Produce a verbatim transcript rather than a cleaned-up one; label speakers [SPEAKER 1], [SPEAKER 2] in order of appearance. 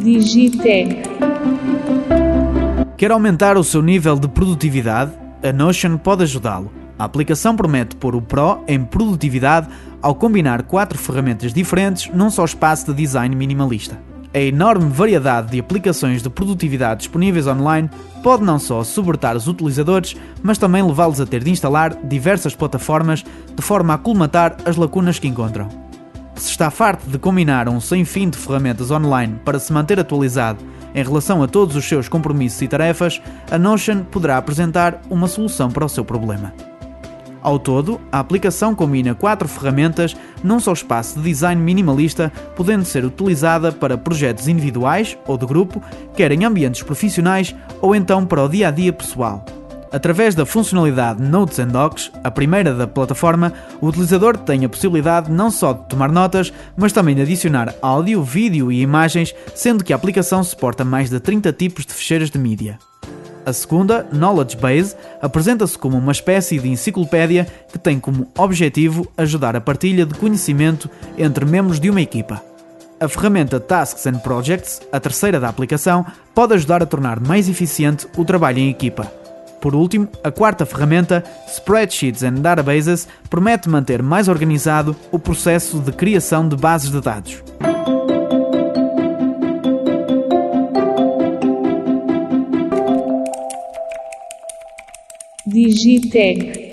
[SPEAKER 1] Digitec.
[SPEAKER 2] Quer aumentar o seu nível de produtividade? A Notion pode ajudá-lo. A aplicação promete pôr o Pro em produtividade ao combinar quatro ferramentas diferentes num só espaço de design minimalista. A enorme variedade de aplicações de produtividade disponíveis online pode não só suportar os utilizadores, mas também levá-los a ter de instalar diversas plataformas de forma a colmatar as lacunas que encontram. Se está farto de combinar um sem fim de ferramentas online para se manter atualizado em relação a todos os seus compromissos e tarefas, a Notion poderá apresentar uma solução para o seu problema. Ao todo, a aplicação combina quatro ferramentas num só espaço de design minimalista, podendo ser utilizada para projetos individuais ou de grupo, quer em ambientes profissionais ou então para o dia-a-dia pessoal. Através da funcionalidade Notes and Docs, a primeira da plataforma, o utilizador tem a possibilidade não só de tomar notas, mas também de adicionar áudio, vídeo e imagens, sendo que a aplicação suporta mais de trinta tipos de ficheiros de mídia. A segunda, Knowledge Base, apresenta-se como uma espécie de enciclopédia que tem como objetivo ajudar a partilha de conhecimento entre membros de uma equipa. A ferramenta Tasks and Projects, a terceira da aplicação, pode ajudar a tornar mais eficiente o trabalho em equipa. Por último, a quarta ferramenta, Spreadsheets and Databases, promete manter mais organizado o processo de criação de bases de dados.
[SPEAKER 1] Digitec.